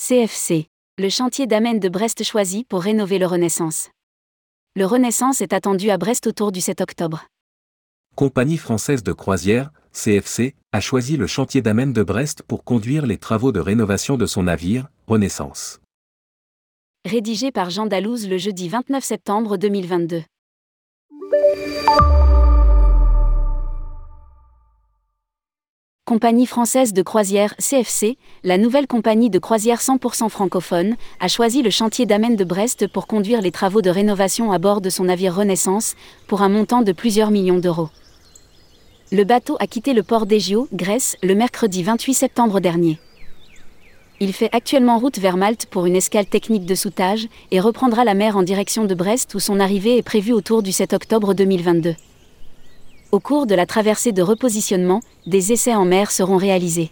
CFC. Le chantier d'Amène de Brest choisi pour rénover le Renaissance. Le Renaissance est attendu à Brest autour du 7 octobre. Compagnie française de croisière, CFC, a choisi le chantier d'Amène de Brest pour conduire les travaux de rénovation de son navire, Renaissance. Rédigé par Jean Dalouse le jeudi 29 septembre 2022. Compagnie française de croisière CFC, la nouvelle compagnie de croisière 100% francophone, a choisi le chantier d'Amène de Brest pour conduire les travaux de rénovation à bord de son navire Renaissance, pour un montant de plusieurs millions d'euros. Le bateau a quitté le port d'Egio, Grèce, le mercredi 28 septembre dernier. Il fait actuellement route vers Malte pour une escale technique de soûtage et reprendra la mer en direction de Brest où son arrivée est prévue autour du 7 octobre 2022. Au cours de la traversée de repositionnement, des essais en mer seront réalisés.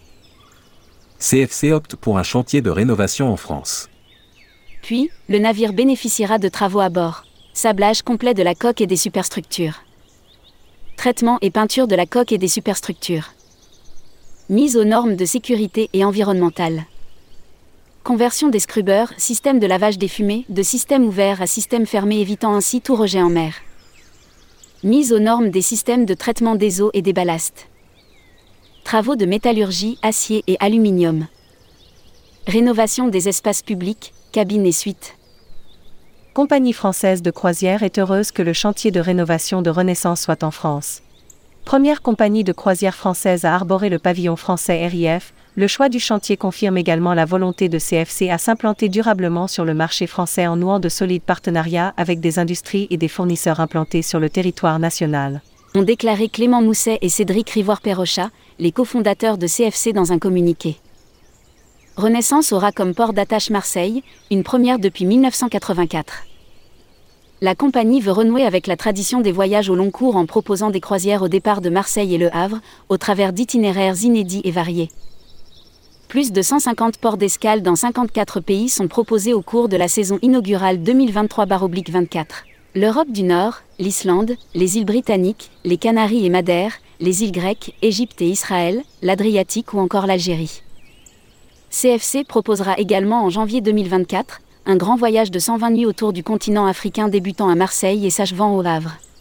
CFC opte pour un chantier de rénovation en France. Puis, le navire bénéficiera de travaux à bord. Sablage complet de la coque et des superstructures. Traitement et peinture de la coque et des superstructures. Mise aux normes de sécurité et environnementales. Conversion des scrubbers, système de lavage des fumées, de système ouvert à système fermé évitant ainsi tout rejet en mer. Mise aux normes des systèmes de traitement des eaux et des ballasts. Travaux de métallurgie, acier et aluminium. Rénovation des espaces publics, cabines et suites. Compagnie française de croisière est heureuse que le chantier de rénovation de Renaissance soit en France. Première compagnie de croisière française à arborer le pavillon français RIF, le choix du chantier confirme également la volonté de CFC à s'implanter durablement sur le marché français en nouant de solides partenariats avec des industries et des fournisseurs implantés sur le territoire national. Ont déclaré Clément Mousset et Cédric Rivoire-Perrochat, les cofondateurs de CFC dans un communiqué. Renaissance aura comme port d'attache Marseille, une première depuis 1984. La compagnie veut renouer avec la tradition des voyages au long cours en proposant des croisières au départ de Marseille et Le Havre, au travers d'itinéraires inédits et variés. Plus de 150 ports d'escale dans 54 pays sont proposés au cours de la saison inaugurale 2023/24. L'Europe du Nord, l'Islande, les îles Britanniques, les Canaries et Madère, les îles grecques, Égypte et Israël, l'Adriatique ou encore l'Algérie. CFC proposera également en janvier 2024, un grand voyage de 120 nuits autour du continent africain débutant à Marseille et s'achevant au Havre.